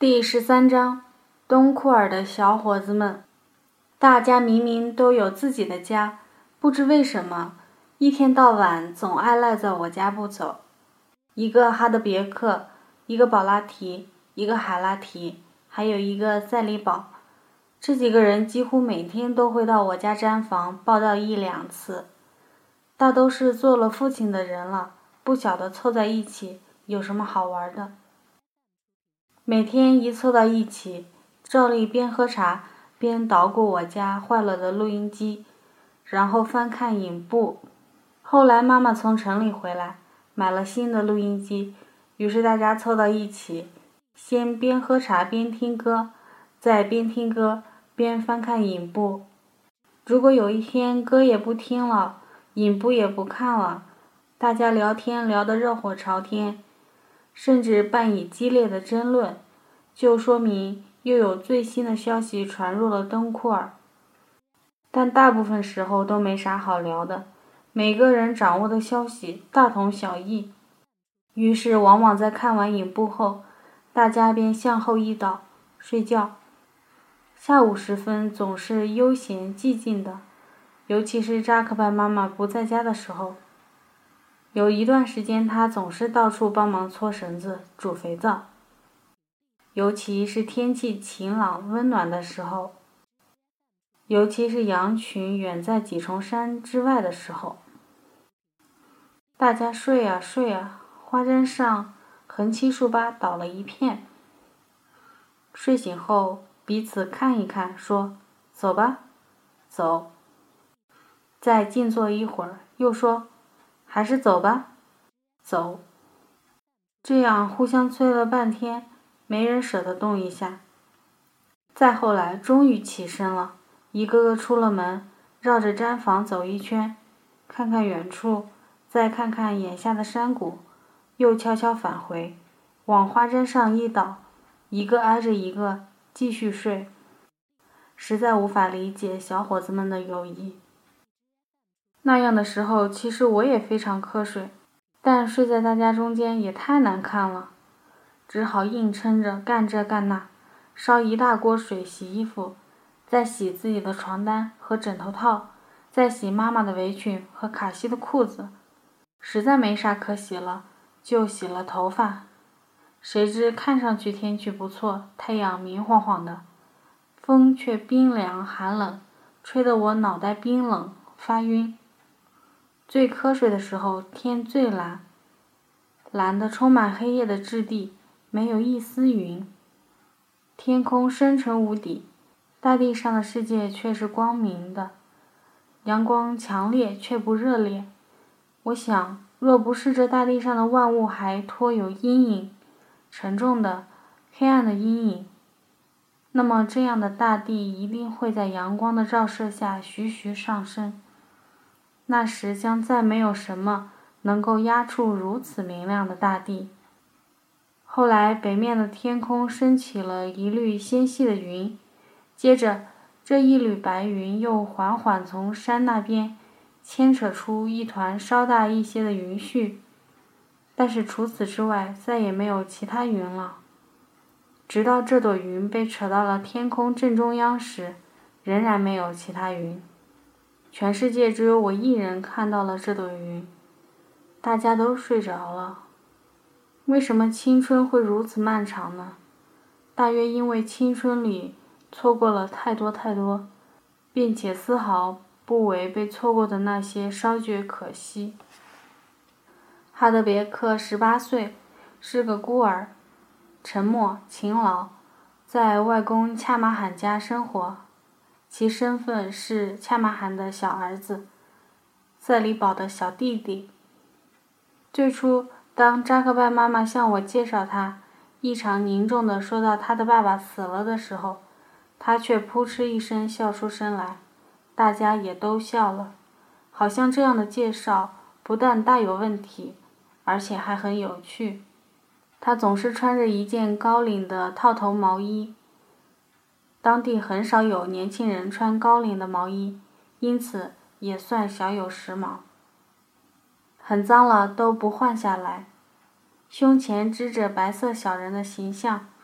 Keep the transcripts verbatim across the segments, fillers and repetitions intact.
第十三章，东库尔的小伙子们。大家明明都有自己的家，不知为什么，一天到晚总爱赖在我家不走。一个哈德别克，一个宝拉提，一个海拉提，还有一个赛里堡。这几个人几乎每天都会到我家毡房报到一两次，大都是做了父亲的人了，不晓得凑在一起有什么好玩的。每天一凑到一起，照例边喝茶边捣鼓我家坏了的录音机，然后翻看影部。后来妈妈从城里回来，买了新的录音机，于是大家凑到一起，先边喝茶边听歌，再边听歌边翻看影部。如果有一天歌也不听了，影部也不看了，大家聊天聊得热火朝天，甚至伴以激烈的争论，就说明又有最新的消息传入了东库尔。但大部分时候都没啥好聊的，每个人掌握的消息大同小异，于是往往在看完影部后，大家便向后一倒睡觉。下午时分总是悠闲寂静的，尤其是扎克拜妈妈不在家的时候。有一段时间她总是到处帮忙搓绳子、煮肥皂，尤其是天气晴朗温暖的时候，尤其是羊群远在几重山之外的时候。大家睡啊睡啊，花毡上横七竖八倒了一片。睡醒后彼此看一看，说走吧，走。再静坐一会儿，又说还是走吧，走。这样互相催了半天，没人舍得动一下。再后来终于起身了，一个个出了门，绕着毡房走一圈，看看远处，再看看眼下的山谷，又悄悄返回，往花毡上一倒，一个挨着一个继续睡。实在无法理解小伙子们的友谊。那样的时候其实我也非常瞌睡，但睡在大家中间也太难看了，只好硬撑着干这干那，烧一大锅水洗衣服，再洗自己的床单和枕头套，再洗妈妈的围裙和卡西的裤子。实在没啥可洗了，就洗了头发。谁知看上去天气不错，太阳明晃晃的，风却冰凉寒冷，吹得我脑袋冰冷发晕。最瞌睡的时候，天最蓝，蓝得充满黑夜的质地，没有一丝云。天空深沉无底，大地上的世界却是光明的，阳光强烈却不热烈。我想，若不是这大地上的万物还托有阴影，沉重的、黑暗的阴影，那么这样的大地一定会在阳光的照射下徐徐上升。那时将再没有什么能够压住如此明亮的大地。后来北面的天空升起了一缕纤细的云，接着这一缕白云又缓缓从山那边牵扯出一团稍大一些的云絮，但是除此之外再也没有其他云了。直到这朵云被扯到了天空正中央时，仍然没有其他云。全世界只有我一人看到了这朵云，大家都睡着了。为什么青春会如此漫长呢？大约因为青春里错过了太多太多，并且丝毫不为被错过的那些稍觉可惜。哈德别克十八岁，是个孤儿，沉默勤劳，在外公恰马罕家生活，其身份是恰马罕的小儿子，赛里堡的小弟弟。最初当扎克拜妈妈向我介绍他，异常凝重地说到他的爸爸死了的时候，他却扑哧一声笑出声来，大家也都笑了，好像这样的介绍不但大有问题，而且还很有趣。他总是穿着一件高领的套头毛衣，当地很少有年轻人穿高领的毛衣，因此也算小有时髦。很脏了都不换下来，胸前织着白色小人的形象，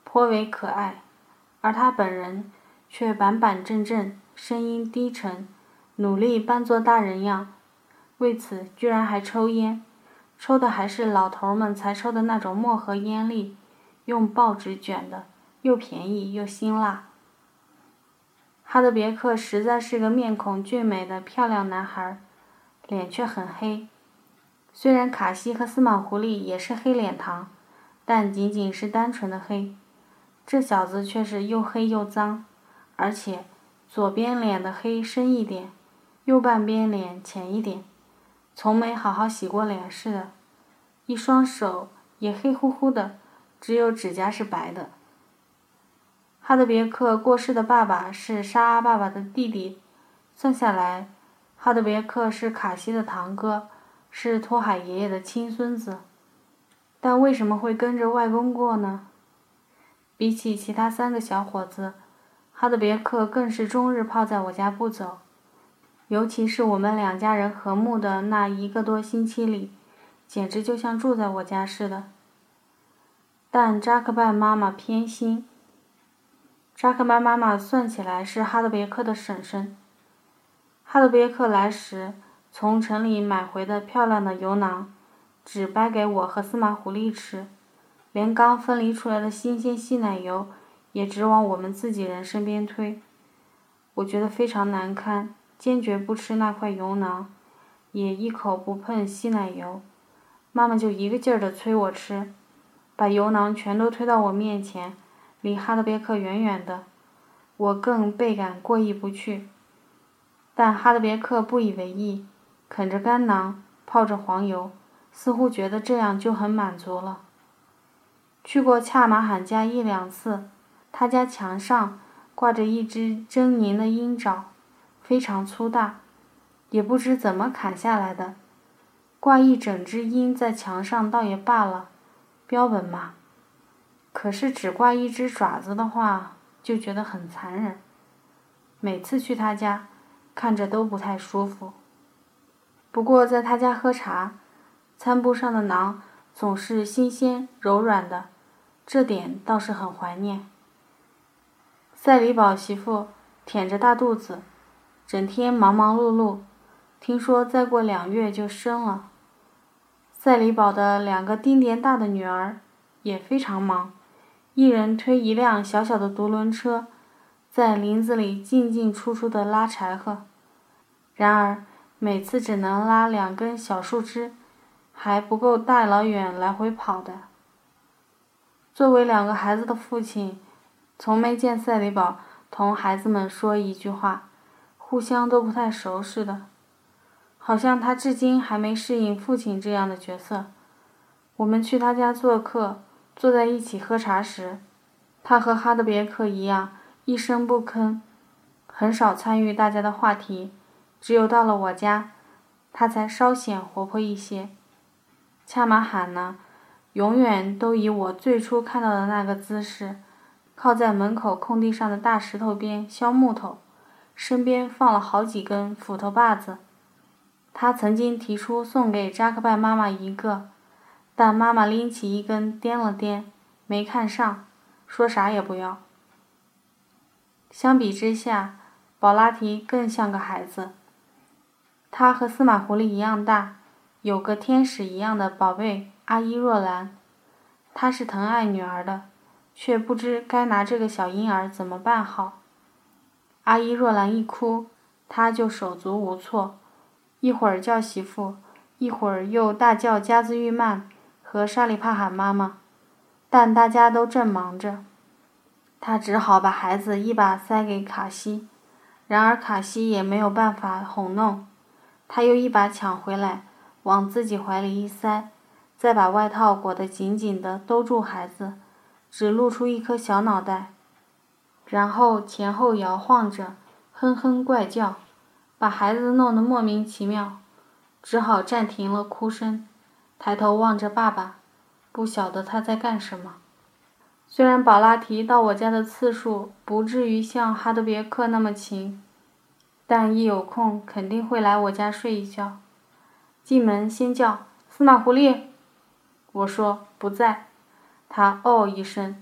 颇为可爱，而他本人却板板正正，声音低沉，努力扮作大人样，为此居然还抽烟，抽的还是老头们才抽的那种墨盒烟粒，用报纸卷的，又便宜又辛辣。哈德别克实在是个面孔俊美的漂亮男孩，脸却很黑。虽然卡西和司马狐狸也是黑脸糖，但仅仅是单纯的黑，这小子却是又黑又脏，而且左边脸的黑深一点，右半边脸浅一点，从没好好洗过脸似的，一双手也黑乎乎的，只有指甲是白的。哈德别克过世的爸爸是沙阿爸爸的弟弟，算下来，哈德别克是卡西的堂哥，是托海爷爷的亲孙子。但为什么会跟着外公过呢？比起其他三个小伙子，哈德别克更是终日泡在我家不走，尤其是我们两家人和睦的那一个多星期里，简直就像住在我家似的。但扎克拜妈妈偏心。扎克拜妈妈算起来是哈德别克的婶婶。哈德别克来时，从城里买回的漂亮的油囊，只掰给我和司马狐狸吃，连刚分离出来的新鲜稀奶油，也只往我们自己人身边推。我觉得非常难堪，坚决不吃那块油囊，也一口不碰稀奶油。妈妈就一个劲儿地催我吃，把油囊全都推到我面前，离哈德别克远远的，我更倍感过意不去。但哈德别克不以为意，啃着干囊，泡着黄油，似乎觉得这样就很满足了。去过恰马罕家一两次，他家墙上挂着一只狰狞的鹰爪，非常粗大，也不知怎么砍下来的。挂一整只鹰在墙上倒也罢了，标本嘛。可是只挂一只爪子的话，就觉得很残忍。每次去他家，看着都不太舒服。不过在他家喝茶，餐布上的馕总是新鲜柔软的，这点倒是很怀念。赛里堡媳妇腆着大肚子，整天忙忙碌碌，听说再过两月就生了。赛里堡的两个丁点大的女儿也非常忙，一人推一辆小小的独轮车，在林子里进进出出的拉柴禾。然而每次只能拉两根小树枝，还不够大老远来回跑的。作为两个孩子的父亲，从没见赛里堡同孩子们说一句话，互相都不太熟似的，好像他至今还没适应父亲这样的角色。我们去他家做客，坐在一起喝茶时，他和哈德别克一样一声不吭，很少参与大家的话题，只有到了我家，他才稍显活泼一些。恰马罕呢，永远都以我最初看到的那个姿势，靠在门口空地上的大石头边削木头，身边放了好几根斧头把子。他曾经提出送给扎克拜妈妈一个，但妈妈拎起一根掂了掂，没看上，说啥也不要。相比之下，宝拉提更像个孩子。他和司马狐狸一样大，有个天使一样的宝贝阿依若兰。他是疼爱女儿的，却不知该拿这个小婴儿怎么办好。阿依若兰一哭，他就手足无措，一会儿叫媳妇，一会儿又大叫加兹玉曼和沙里帕罕妈妈，但大家都正忙着。他只好把孩子一把塞给卡西，然而卡西也没有办法哄弄，他又一把抢回来，往自己怀里一塞，再把外套裹得紧紧地兜住孩子，只露出一颗小脑袋，然后前后摇晃着，哼哼怪叫，把孩子弄得莫名其妙，只好暂停了哭声，抬头望着爸爸，不晓得他在干什么。虽然宝拉提到我家的次数不至于像哈德别克那么勤，但一有空肯定会来我家睡一觉。进门先叫司马狐狸，我说不在，他哦一声，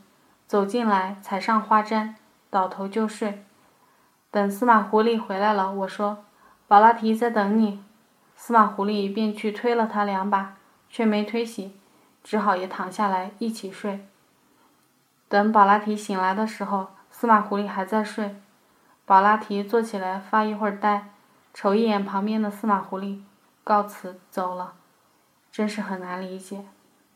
走进来踩上花毡，倒头就睡。等司马狐狸回来了，我说：“宝拉提在等你。”司马狐狸便去推了他两把，却没推醒，只好也躺下来一起睡。等宝拉提醒来的时候，司马狐狸还在睡。宝拉提坐起来发一会儿呆，瞅一眼旁边的司马狐狸，告辞走了。真是很难理解。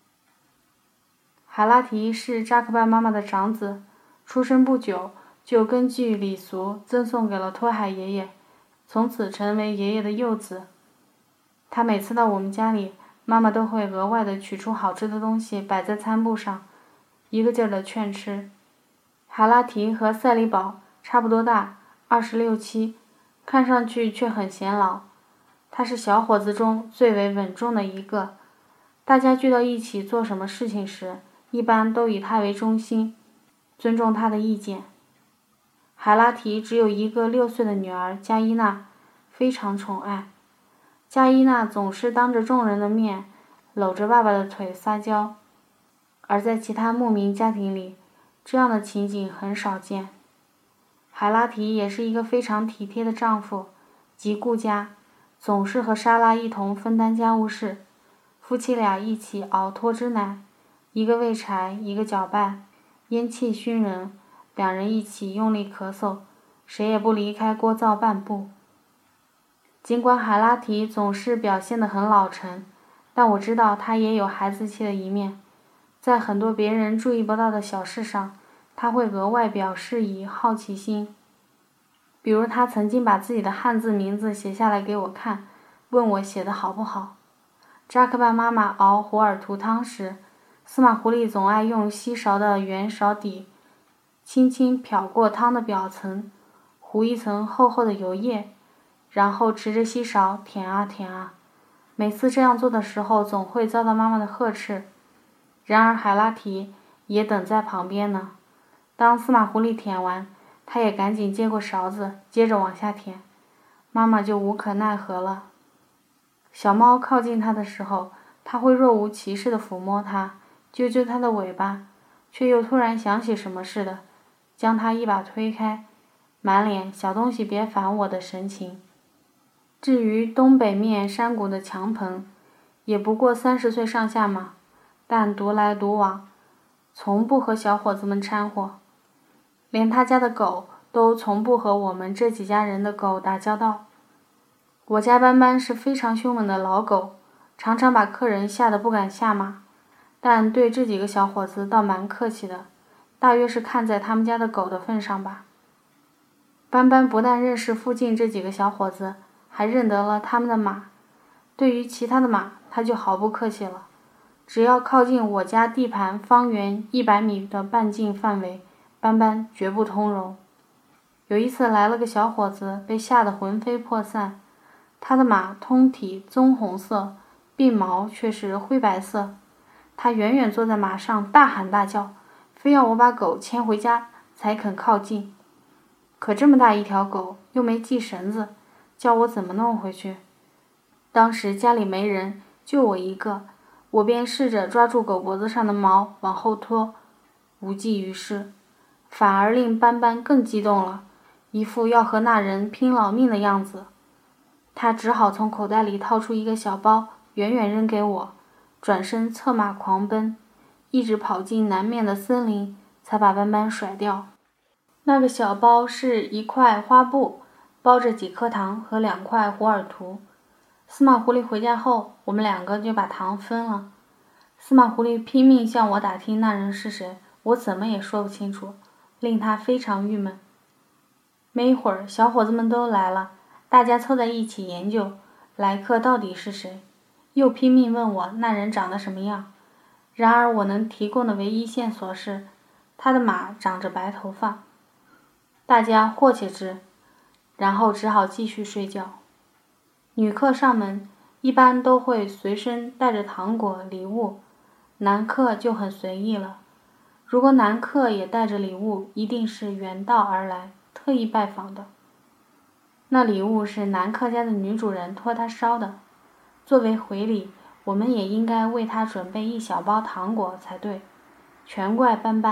海拉提是扎克拜妈妈的长子，出生不久就根据礼俗赠送给了托海爷爷，从此成为爷爷的幼子。他每次到我们家里，妈妈都会额外的取出好吃的东西摆在餐布上，一个劲儿的劝吃。海拉提和赛里宝差不多大，二十六七，看上去却很显老。他是小伙子中最为稳重的一个，大家聚到一起做什么事情时，一般都以他为中心，尊重他的意见。海拉提只有一个六岁的女儿加伊娜，非常宠爱。加伊娜总是当着众人的面搂着爸爸的腿撒娇，而在其他牧民家庭里，这样的情景很少见。海拉提也是一个非常体贴的丈夫，极顾家，总是和莎拉一同分担家务事，夫妻俩一起熬脱脂奶，一个喂柴，一个搅拌，烟气熏人，两人一起用力咳嗽，谁也不离开锅灶半步。尽管海拉提总是表现得很老成，但我知道他也有孩子气的一面，在很多别人注意不到的小事上，他会额外表示以好奇心。比如他曾经把自己的汉字名字写下来给我看，问我写得好不好。扎克拜妈妈熬虎耳图汤时，司马狐狸总爱用锡勺的圆勺底轻轻漂过汤的表层，糊一层厚厚的油液，然后持着锡勺舔啊舔啊。每次这样做的时候，总会遭到妈妈的呵斥。然而海拉提也等在旁边呢。当司马狐狸舔完，他也赶紧接过勺子，接着往下舔，妈妈就无可奈何了。小猫靠近它的时候，它会若无其事地抚摸它，揪揪它的尾巴，却又突然想起什么似的，将它一把推开，满脸小东西别烦我的神情。至于东北面山谷的强鹏，也不过三十岁上下嘛，但独来独往，从不和小伙子们掺和，连他家的狗都从不和我们这几家人的狗打交道。我家斑斑是非常凶猛的老狗，常常把客人吓得不敢下马，但对这几个小伙子倒蛮客气的，大约是看在他们家的狗的份上吧。斑斑不但认识附近这几个小伙子，还认得了他们的马。对于其他的马，他就毫不客气了。只要靠近我家地盘方圆一百米的半径范围，斑斑绝不通融。有一次来了个小伙子，被吓得魂飞魄散。他的马通体棕红色，鬓毛却是灰白色。他远远坐在马上，大喊大叫，非要我把狗牵回家才肯靠近。可这么大一条狗，又没系绳子，叫我怎么弄回去？当时家里没人，就我一个，我便试着抓住狗脖子上的毛往后拖，无济于事，反而令斑斑更激动了，一副要和那人拼老命的样子。他只好从口袋里掏出一个小包，远远扔给我，转身策马狂奔，一直跑进南面的森林，才把斑斑甩掉。那个小包是一块花布，包着几颗糖和两块虎耳图。司马狐狸回家后，我们两个就把糖分了。司马狐狸拼命向我打听那人是谁，我怎么也说不清楚，令他非常郁闷。没一会儿，小伙子们都来了，大家凑在一起研究来客到底是谁，又拼命问我那人长得什么样。然而我能提供的唯一线索是，他的马长着白头发。大家或且之，然后只好继续睡觉。女客上门一般都会随身带着糖果礼物，男客就很随意了。如果男客也带着礼物，一定是远道而来，特意拜访的。那礼物是男客家的女主人托他捎的，作为回礼，我们也应该为他准备一小包糖果才对。全怪斑斑，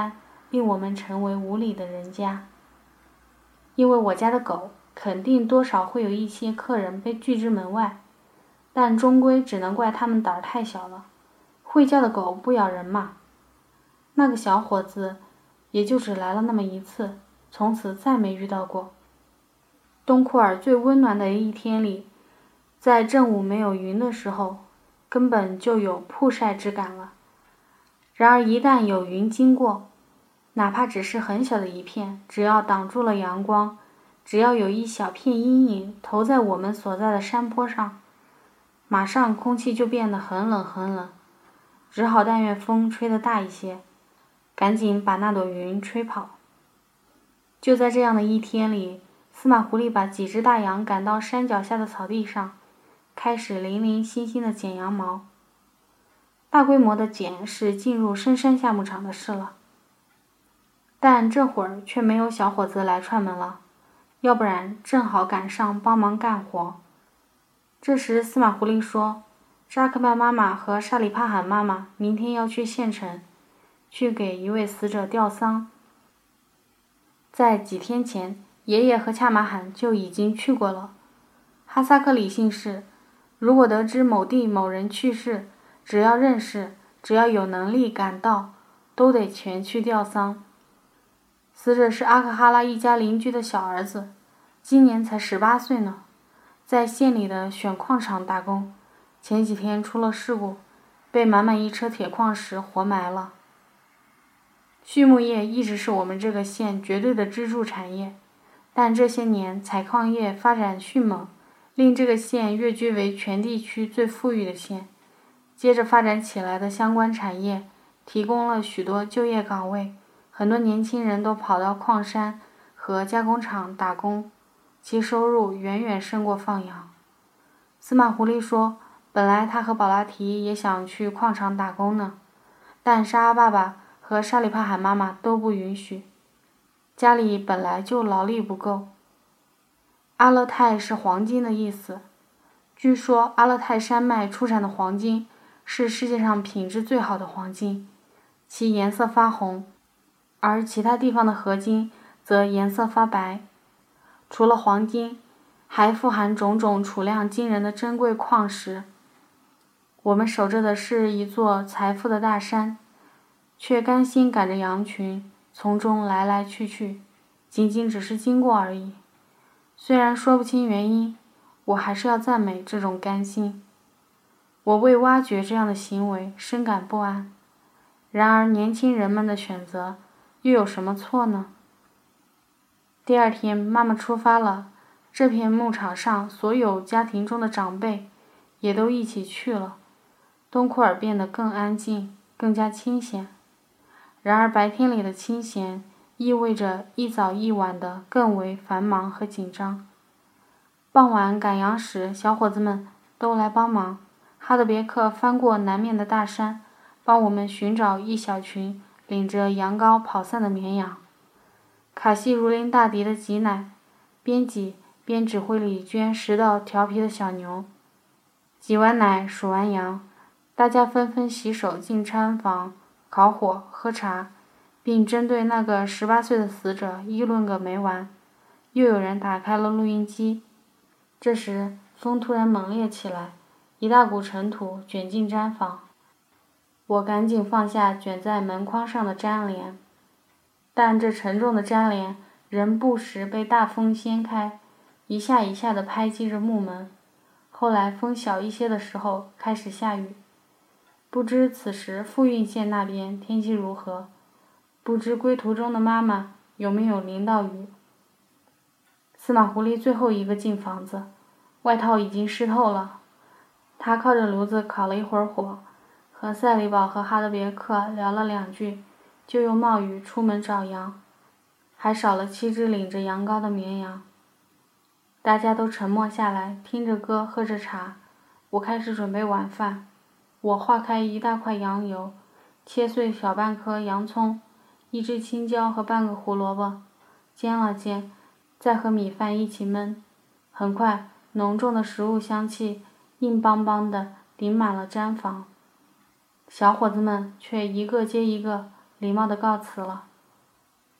令我们成为无礼的人家。因为我家的狗肯定多少会有一些客人被拒之门外，但终归只能怪他们胆儿太小了，会叫的狗不咬人嘛。那个小伙子也就只来了那么一次，从此再没遇到过。东库尔最温暖的一天里，在正午没有云的时候，根本就有曝晒之感了。然而一旦有云经过，哪怕只是很小的一片，只要挡住了阳光，只要有一小片阴影投在我们所在的山坡上，马上空气就变得很冷很冷，只好但愿风吹得大一些，赶紧把那朵云吹跑。就在这样的一天里，司马狐狸把几只大羊赶到山脚下的草地上，开始零零星星的剪羊毛。大规模的剪是进入深山夏牧场的事了，但这会儿却没有小伙子来串门了，要不然正好赶上帮忙干活。这时司马狐狸说，扎克拜妈妈和沙里帕罕妈妈明天要去县城，去给一位死者吊丧。在几天前，爷爷和恰马罕就已经去过了。哈萨克里姓氏，如果得知某地某人去世，只要认识，只要有能力赶到，都得全去吊丧。死者是阿克哈拉一家邻居的小儿子，今年才十八岁呢，在县里的选矿场打工，前几天出了事故，被满满一车铁矿石活埋了。畜牧业一直是我们这个县绝对的支柱产业，但这些年采矿业发展迅猛，令这个县跃居为全地区最富裕的县。接着发展起来的相关产业提供了许多就业岗位，很多年轻人都跑到矿山和加工厂打工，其收入远远胜过放羊。司马狐狸说，本来他和宝拉提也想去矿场打工呢，但沙阿爸爸和沙里帕罕妈妈都不允许，家里本来就劳力不够。阿勒泰是黄金的意思，据说阿勒泰山脉出产的黄金是世界上品质最好的黄金，其颜色发红，而其他地方的合金则颜色发白。除了黄金，还富含种种储量惊人的珍贵矿石。我们守着的是一座财富的大山，却甘心赶着羊群从中来来去去，仅仅只是经过而已。虽然说不清原因，我还是要赞美这种甘心。我为挖掘这样的行为深感不安。然而年轻人们的选择又有什么错呢？第二天妈妈出发了，这片牧场上所有家庭中的长辈也都一起去了。东库尔变得更安静，更加清闲。然而白天里的清闲意味着一早一晚的更为繁忙和紧张。傍晚赶羊时，小伙子们都来帮忙。哈德别克翻过南面的大山，帮我们寻找一小群领着羊羔跑散的绵羊。卡西如临大敌的挤奶，边挤边指挥里圈十道调皮的小牛。挤完奶，数完羊，大家纷纷洗手进餐房烤火喝茶，并针对那个十八岁的死者议论个没完。又有人打开了录音机。这时风突然猛烈起来，一大股尘土卷进毡房。我赶紧放下卷在门框上的毡帘，但这沉重的毡帘仍不时被大风掀开，一下一下地拍击着木门。后来风小一些的时候开始下雨，不知此时富蕴县那边天气如何，不知归途中的妈妈有没有淋到雨。司马狐狸最后一个进房子，外套已经湿透了。他靠着炉子烤了一会儿火，和赛里堡和哈德别克聊了两句，就又冒雨出门找羊，还少了七只领着羊羔的绵羊。大家都沉默下来，听着歌，喝着茶。我开始准备晚饭。我化开一大块羊油，切碎小半颗洋葱，一只青椒和半个胡萝卜，煎了煎，再和米饭一起焖。很快，浓重的食物香气硬邦邦地顶满了毡房。小伙子们却一个接一个礼貌地告辞了。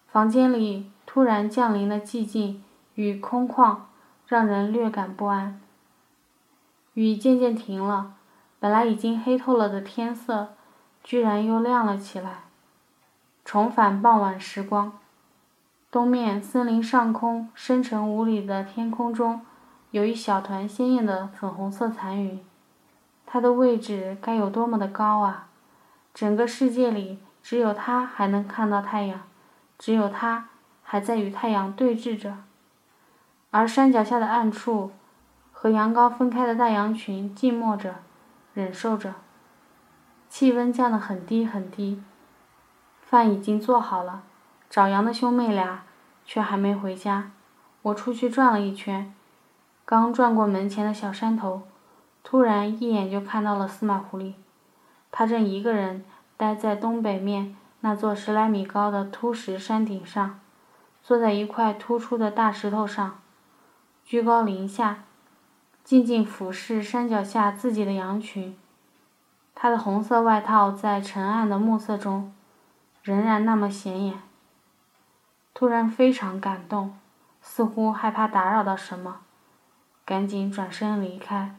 房间里突然降临的寂静与空旷，让人略感不安。雨渐渐停了，本来已经黑透了的天色，居然又亮了起来。重返傍晚时光，东面森林上空深沉无里的天空中，有一小团鲜艳的粉红色残云。它的位置该有多么的高啊！整个世界里只有它还能看到太阳，只有它还在与太阳对峙着。而山脚下的暗处，和阳高分开的大羊群静默着，忍受着。气温降得很低很低，饭已经做好了，找羊的兄妹俩却还没回家。我出去转了一圈，刚转过门前的小山头，突然一眼就看到了司马狐狸。他正一个人待在东北面那座十来米高的凸石山顶上，坐在一块突出的大石头上，居高临下，静静俯视山脚下自己的羊群。他的红色外套在沉暗的暮色中仍然那么显眼。突然非常感动，似乎害怕打扰到什么，赶紧转身离开。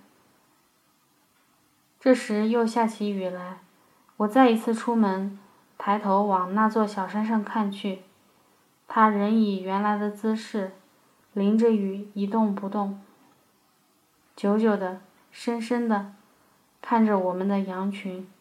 这时又下起雨来，我再一次出门，抬头往那座小山上看去，它仍以原来的姿势，淋着雨一动不动，久久的、深深的看着我们的羊群。